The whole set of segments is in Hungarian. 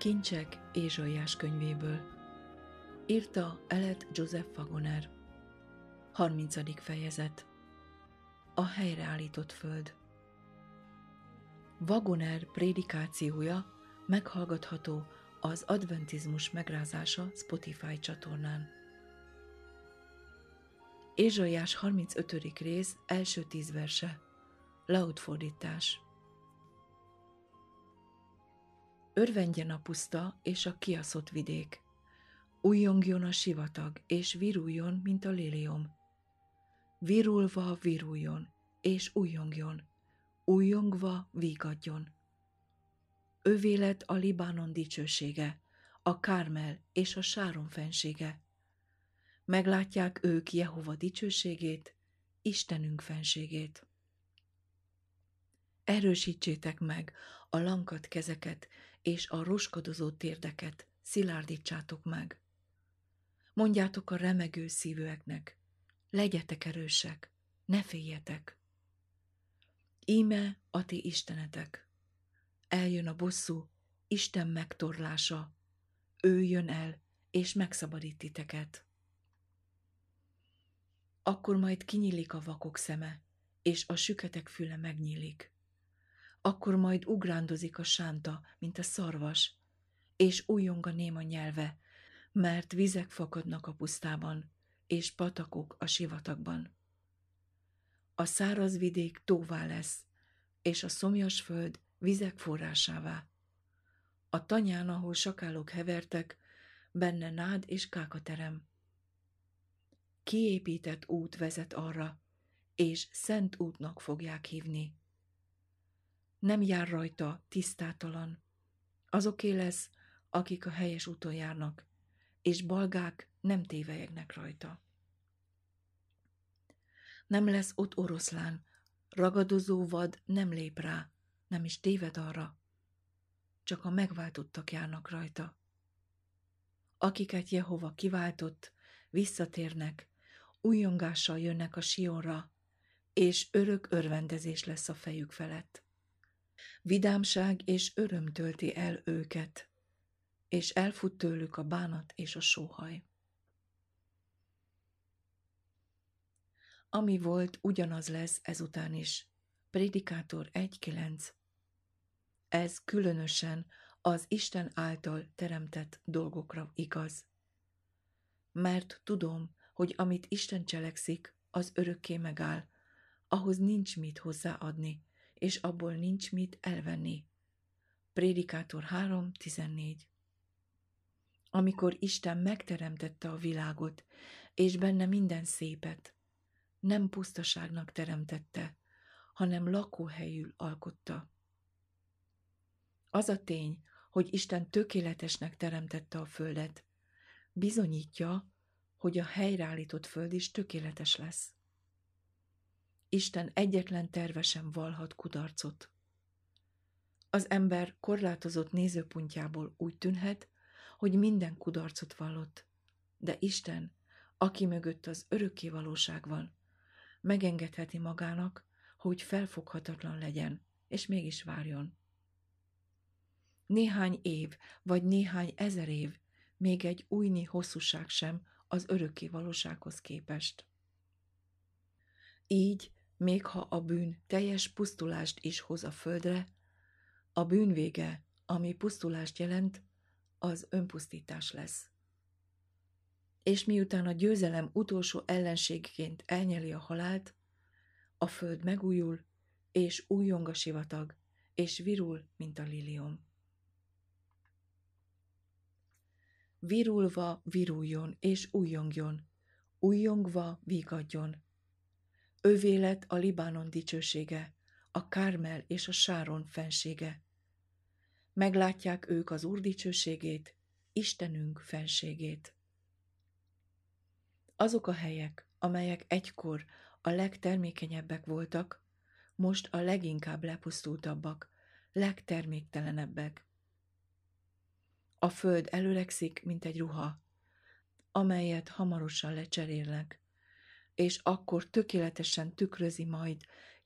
Kincsek Ézsaiás könyvéből. Írta Eled Joseph Wagoner. 30. fejezet. A helyreállított föld. Wagoner prédikációja meghallgatható az Adventizmus megrázása Spotify csatornán. Ézsaiás 35. rész első 10 verse. Laud fordítás. Örvendjen a puszta és a kiaszott vidék, újjongjon a sivatag, és viruljon, mint a liliom. Virulva viruljon, és újjongjon, újjongva vígadjon. Övé lett a Libánon dicsősége, a Kármel és a Sáron fensége. Meglátják ők Jehova dicsőségét, Istenünk fenségét. Erősítsétek meg a lankadt kezeket és a roskadozó térdeket, szilárdítsátok meg. Mondjátok a remegő szívűeknek, legyetek erősek, ne féljetek. Íme a ti istenetek. Eljön a bosszú, Isten megtorlása. Ő jön el, és megszabadít titeket. Akkor majd kinyílik a vakok szeme, és a süketek füle megnyílik. Akkor majd ugrándozik a sánta, mint a szarvas, és újjong a néma nyelve, mert vizek fakadnak a pusztában, és patakok a sivatagban. A száraz vidék tóvá lesz, és a szomjas föld vizek forrásává. A tanyán, ahol sakálok hevertek, benne nád és kákaterem. Kiépített út vezet arra, és szent útnak fogják hívni. Nem jár rajta tisztátalan. Azoké lesz, akik a helyes úton járnak, és balgák nem tévelyegnek rajta. Nem lesz ott oroszlán, ragadozó vad nem lép rá, nem is téved arra, csak a megváltottak járnak rajta. Akiket Jehova kiváltott, visszatérnek, újjongással jönnek a Sionra, és örök örvendezés lesz a fejük felett. Vidámság és öröm tölti el őket, és elfut tőlük a bánat és a sóhaj. Ami volt, ugyanaz lesz ezután is. Prédikátor 1.9. Ez különösen az Isten által teremtett dolgokra igaz. Mert tudom, hogy amit Isten cselekszik, az örökké megáll, ahhoz nincs mit hozzáadni, és abból nincs mit elvenni. Prédikátor 3.14. Amikor Isten megteremtette a világot, és benne minden szépet, nem pusztaságnak teremtette, hanem lakóhelyül alkotta. Az a tény, hogy Isten tökéletesnek teremtette a földet, bizonyítja, hogy a helyreállított föld is tökéletes lesz. Isten egyetlen terve sem vallhat kudarcot. Az ember korlátozott nézőpontjából úgy tűnhet, hogy minden kudarcot vallott, de Isten, aki mögött az örökké valóság van, megengedheti magának, hogy felfoghatatlan legyen, és mégis várjon. Néhány év, vagy néhány ezer év, még egy újnyi hosszúság sem az örökké valósághoz képest. Így, még ha a bűn teljes pusztulást is hoz a földre, a bűn vége, ami pusztulást jelent, az önpusztítás lesz. És miután a győzelem utolsó ellenségként elnyeli a halált, a föld megújul, és újjong a sivatag, és virul, mint a liliom. Virulva viruljon, és újjongjon, újjongva vígadjon. Övé lett a Libánon dicsősége, a Kármel és a Sáron fensége. Meglátják ők az Úr dicsőségét, Istenünk fenségét. Azok a helyek, amelyek egykor a legtermékenyebbek voltak, most a leginkább lepusztultabbak, legterméktelenebbek. A föld előrekszik, mint egy ruha, amelyet hamarosan lecserélnek, és akkor tökéletesen tükrözi majd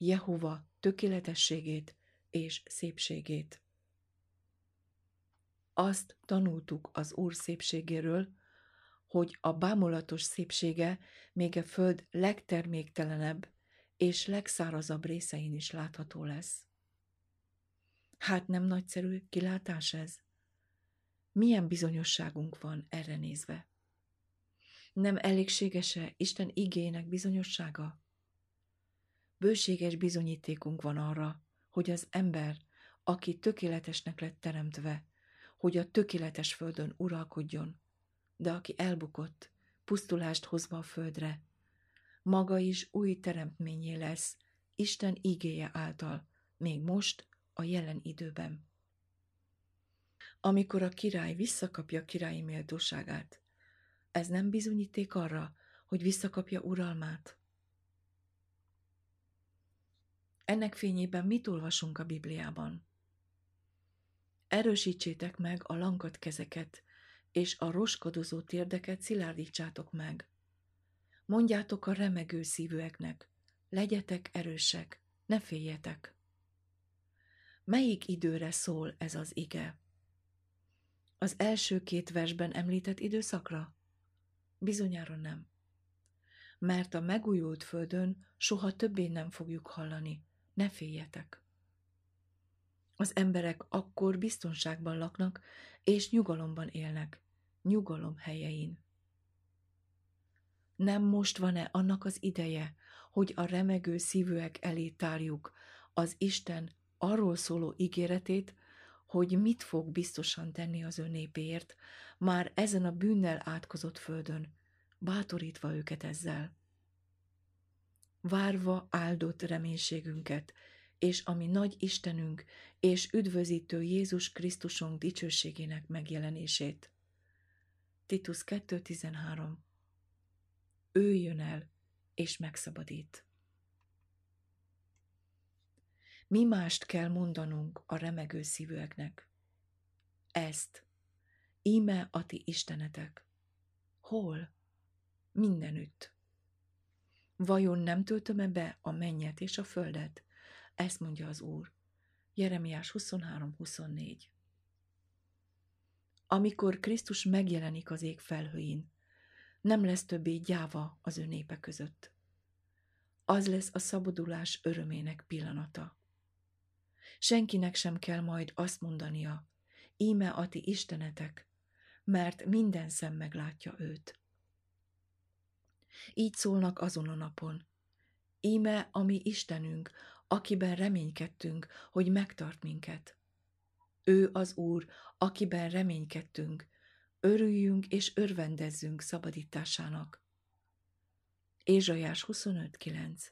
Jehova tökéletességét és szépségét. Azt tanultuk az Úr szépségéről, hogy a bámulatos szépsége még a föld legterméktelenebb és legszárazabb részein is látható lesz. Hát nem nagyszerű kilátás ez? Milyen bizonyosságunk van erre nézve? Nem elégséges-e Isten igének bizonyossága? Bőséges bizonyítékunk van arra, hogy az ember, aki tökéletesnek lett teremtve, hogy a tökéletes földön uralkodjon, de aki elbukott, pusztulást hozva a földre, maga is új teremtményé lesz Isten igéje által, még most, a jelen időben. Amikor a király visszakapja királyi méltóságát, ez nem bizonyíték arra, hogy visszakapja uralmát? Ennek fényében mit olvasunk a Bibliában? Erősítsétek meg a lankadt kezeket, és a roskodozó térdeket szilárdítsátok meg. Mondjátok a remegő szívűeknek, legyetek erősek, ne féljetek. Melyik időre szól ez az ige? Az első 2 versben említett időszakra? Bizonyára nem. Mert a megújult földön soha többé nem fogjuk hallani, ne féljetek. Az emberek akkor biztonságban laknak, és nyugalomban élnek, nyugalom helyein. Nem most van-e annak az ideje, hogy a remegő szívűek elé tárjuk az Isten arról szóló ígéretét, hogy mit fog biztosan tenni az ő népéért, már ezen a bűnnel átkozott földön, bátorítva őket ezzel. Várva áldott reménységünket, és ami nagy Istenünk és üdvözítő Jézus Krisztusunk dicsőségének megjelenését. Titus 2.13. Ő jön el, és megszabadít. Mi mást kell mondanunk a remegő szívűeknek? Ezt. Íme a ti istenetek. Hol? Mindenütt. Vajon nem töltöm-e be a mennyet és a földet? Ezt mondja az Úr. Jeremiás 23.24. Amikor Krisztus megjelenik az ég felhőin, nem lesz többé gyáva az ő népe között. Az lesz a szabadulás örömének pillanata. Senkinek sem kell majd azt mondania, íme a ti istenetek, mert minden szem meglátja őt. Így szólnak azon a napon. Íme a mi Istenünk, akiben reménykedtünk, hogy megtart minket. Ő az Úr, akiben reménykedtünk, örüljünk és örvendezzünk szabadításának. Ézsaiás 25.9.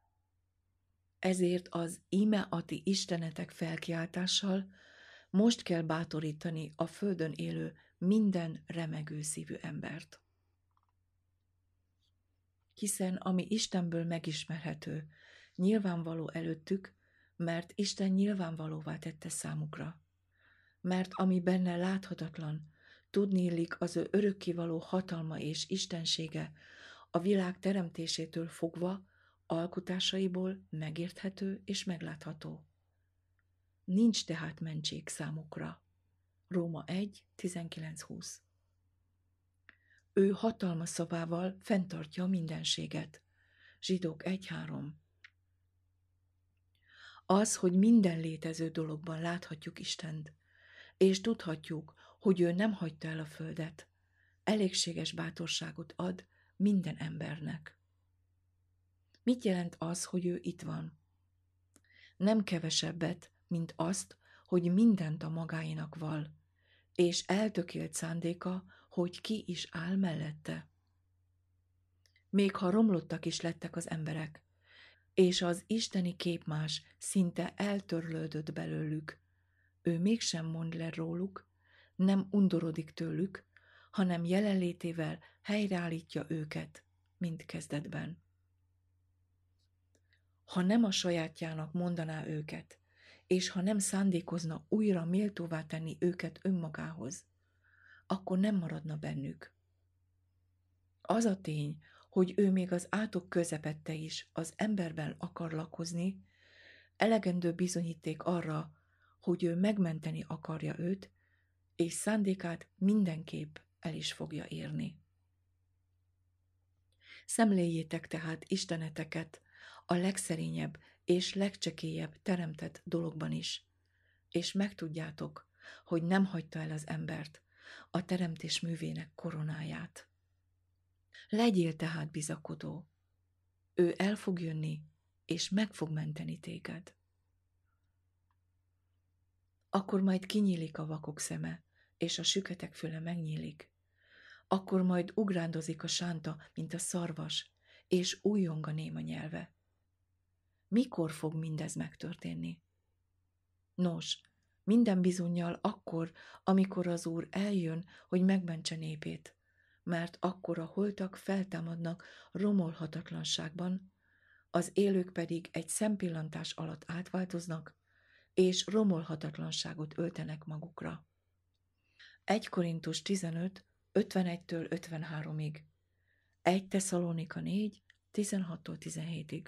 Ezért az íme a ti istenetek felkiáltással most kell bátorítani a földön élő minden remegő szívű embert. Hiszen ami Istenből megismerhető, nyilvánvaló előttük, mert Isten nyilvánvalóvá tette számukra. Mert ami benne láthatatlan, tudniillik az ő örökkévaló hatalma és istensége a világ teremtésétől fogva, alkotásaiból megérthető és meglátható. Nincs tehát mentség számukra. Róma 1.19-20. Ő hatalma szavával fenntartja a mindenséget. Zsidók 1.3. Az, hogy minden létező dologban láthatjuk Istent, és tudhatjuk, hogy ő nem hagyta el a földet, elégséges bátorságot ad minden embernek. Mit jelent az, hogy ő itt van? Nem kevesebbet, mint azt, hogy mindent a magáinak val, és eltökélt szándéka, hogy ki is áll mellette. Még ha romlottak is lettek az emberek, és az isteni képmás szinte eltörlődött belőlük, ő mégsem mond le róluk, nem undorodik tőlük, hanem jelenlétével helyreállítja őket, mint kezdetben. Ha nem a sajátjának mondaná őket, és ha nem szándékozna újra méltóvá tenni őket önmagához, akkor nem maradna bennük. Az a tény, hogy ő még az átok közepette is az emberben akar lakozni, elegendő bizonyíték arra, hogy ő megmenteni akarja őt, és szándékát mindenképp el is fogja érni. Szemléljétek tehát isteneteket a legszerényebb és legcsekélyebb teremtett dologban is, és megtudjátok, hogy nem hagyta el az embert, a teremtés művének koronáját. Legyél tehát bizakodó, ő el fog jönni, és meg fog menteni téged. Akkor majd kinyílik a vakok szeme, és a süketek füle megnyílik. Akkor majd ugrándozik a sánta, mint a szarvas, és újjong a néma nyelve. Mikor fog mindez megtörténni? Nos, minden bizonnyal akkor, amikor az Úr eljön, hogy megmentse népét, mert akkor a holtak feltámadnak romolhatatlanságban, az élők pedig egy szempillantás alatt átváltoznak, és romolhatatlanságot öltenek magukra. 1 Korintus 15, 51-től 53-ig, 1 Tesszalonika 4, 16-tól 17-ig.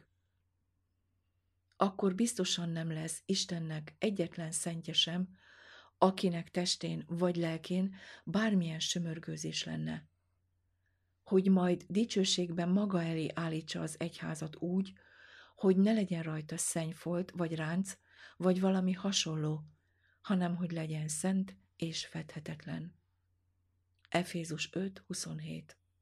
Akkor biztosan nem lesz Istennek egyetlen szentje sem, akinek testén vagy lelkén bármilyen sömörgőzés lenne. Hogy majd dicsőségben maga elé állítsa az egyházat úgy, hogy ne legyen rajta szennyfolt vagy ránc, vagy valami hasonló, hanem hogy legyen szent és fedhetetlen. Efézus 5.27.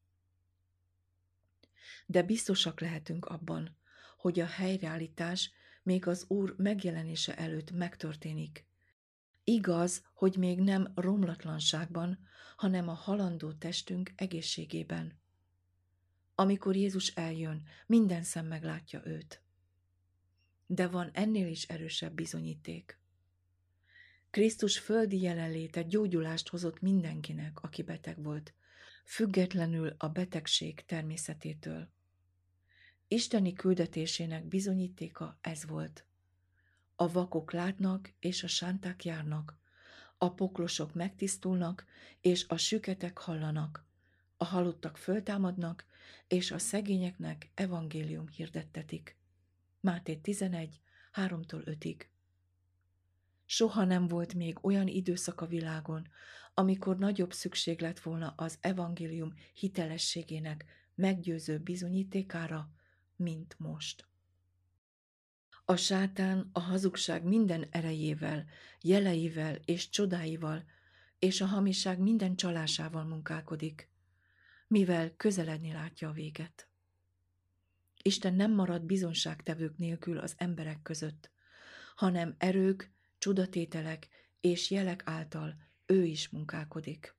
De biztosak lehetünk abban, hogy a helyreállítás még az Úr megjelenése előtt megtörténik. Igaz, hogy még nem romlatlanságban, hanem a halandó testünk egészségében. Amikor Jézus eljön, minden szem meglátja őt. De van ennél is erősebb bizonyíték. Krisztus földi jelenléte gyógyulást hozott mindenkinek, aki beteg volt, függetlenül a betegség természetétől. Isteni küldetésének bizonyítéka ez volt. A vakok látnak, és a sánták járnak, a poklosok megtisztulnak, és a süketek hallanak, a halottak föltámadnak, és a szegényeknek evangélium hirdettetik. Máté 11, 3-tól 5-ig. Soha nem volt még olyan időszak a világon, amikor nagyobb szükség lett volna az evangélium hitelességének meggyőző bizonyítékára, mint most. A sátán a hazugság minden erejével, jeleivel és csodáival, és a hamiság minden csalásával munkálkodik, mivel közeledni látja a véget. Isten nem marad bizonságtevők nélkül az emberek között, hanem erők, csodatételek és jelek által ő is munkálkodik.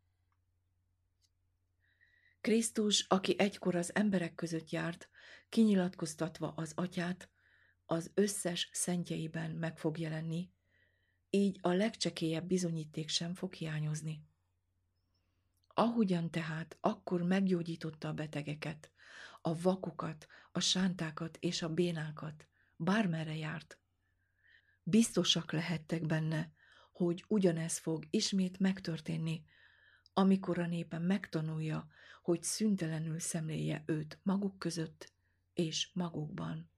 Krisztus, aki egykor az emberek között járt, kinyilatkoztatva az Atyát, az összes szentjeiben meg fog jelenni, így a legcsekélyebb bizonyíték sem fog hiányozni. Ahogyan tehát akkor meggyógyította a betegeket, a vakokat, a sántákat és a bénákat, bármerre járt, biztosak lehettek benne, hogy ugyanez fog ismét megtörténni, amikor a népe megtanulja, hogy szüntelenül szemlélje őt maguk között és magukban.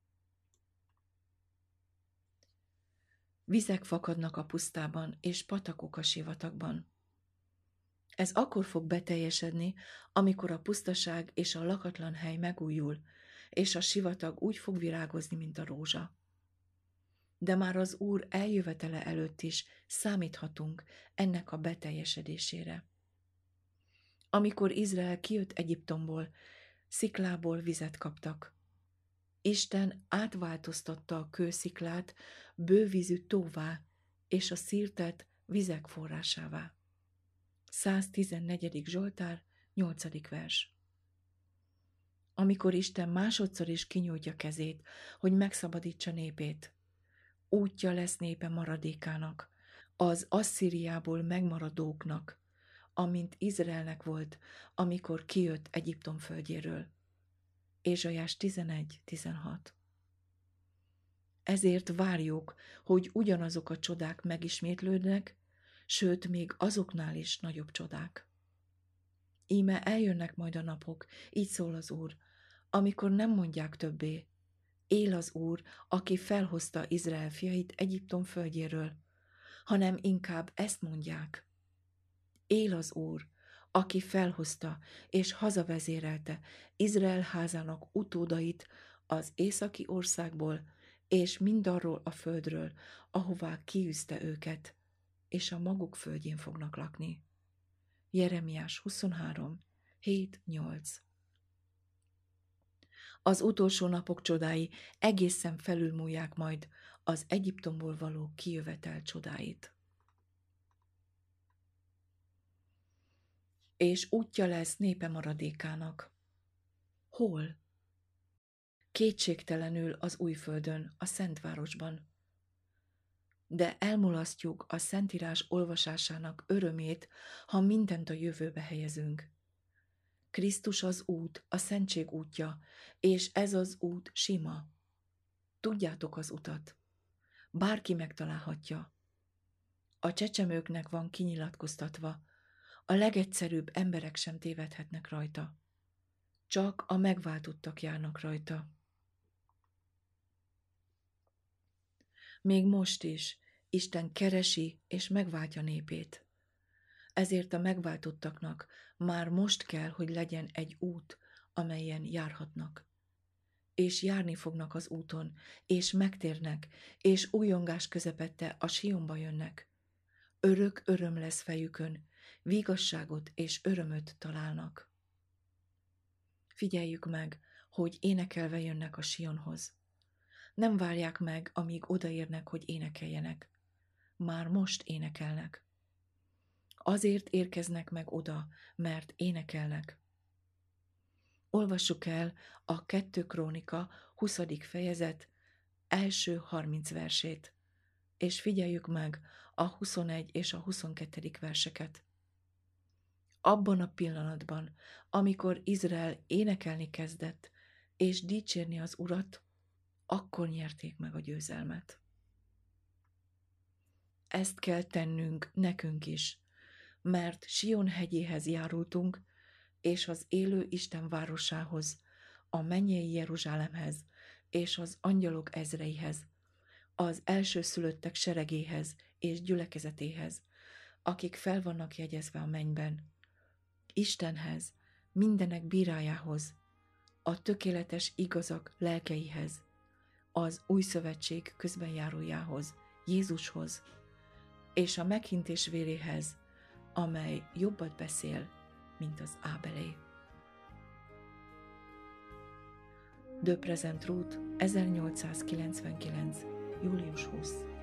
Vizek fakadnak a pusztában, és patakok a sivatagban. Ez akkor fog beteljesedni, amikor a pusztaság és a lakatlan hely megújul, és a sivatag úgy fog virágozni, mint a rózsa. De már az Úr eljövetele előtt is számíthatunk ennek a beteljesedésére. Amikor Izrael kijött Egyiptomból, sziklából vizet kaptak. Isten átváltoztatta a kősziklát bővízű tóvá, és a szirtet vizek forrásává. 114. Zsoltár, 8. vers. Amikor Isten másodszor is kinyújtja kezét, hogy megszabadítsa népét, útja lesz népe maradékának, az Asszíriából megmaradóknak, amint Izraelnek volt, amikor kijött Egyiptom földjéről. Ézsaiás 11.16. Ezért várjuk, hogy ugyanazok a csodák megismétlődnek, sőt, még azoknál is nagyobb csodák. Íme eljönnek majd a napok, így szól az Úr, amikor nem mondják többé, él az Úr, aki felhozta Izrael fiait Egyiptom földjéről, hanem inkább ezt mondják, Él az Úr, aki felhozta és hazavezérelte Izrael házának utódait az északi országból, és mindarról a földről, ahová kiűzte őket, és a maguk földjén fognak lakni. Jeremiás 23, 7-8. Az utolsó napok csodái egészen felülmúlják majd az Egyiptomból való kijövetel csodáit. És útja lesz népe maradékának. Hol? Kétségtelenül az Újföldön, a Szentvárosban. De elmulasztjuk a Szentírás olvasásának örömét, ha mindent a jövőbe helyezünk. Krisztus az út, a szentség útja, és ez az út sima. Tudjátok az utat. Bárki megtalálhatja. A csecsemőknek van kinyilatkoztatva, a legegyszerűbb emberek sem tévedhetnek rajta. Csak a megváltottak járnak rajta. Még most is Isten keresi és megváltja népét. Ezért a megváltottaknak már most kell, hogy legyen egy út, amelyen járhatnak. És járni fognak az úton, és megtérnek, és újongás közepette a Sionba jönnek. Örök öröm lesz fejükön, vigasságot és örömöt találnak. Figyeljük meg, hogy énekelve jönnek a Sionhoz. Nem várják meg, amíg odaérnek, hogy énekeljenek. Már most énekelnek. Azért érkeznek meg oda, mert énekelnek. Olvassuk el a 2 Krónika 20. fejezet első 30 versét, és figyeljük meg a 21 és a 22. verseket. Abban a pillanatban, amikor Izrael énekelni kezdett, és dicsérni az Urat, akkor nyerték meg a győzelmet. Ezt kell tennünk nekünk is, mert Sion hegyéhez járultunk, és az élő Isten városához, a mennyei Jeruzsálemhez, és az angyalok ezreihez, az elsőszülöttek seregéhez és gyülekezetéhez, akik fel vannak jegyezve a mennyben, Istenhez, mindenek bírájához, a tökéletes igazak lelkeihez, az új szövetség közbenjárójához, Jézushoz, és a meghintés véréhez, amely jobbat beszél, mint az Ábelé. De Present Ruth, 1899. július 20.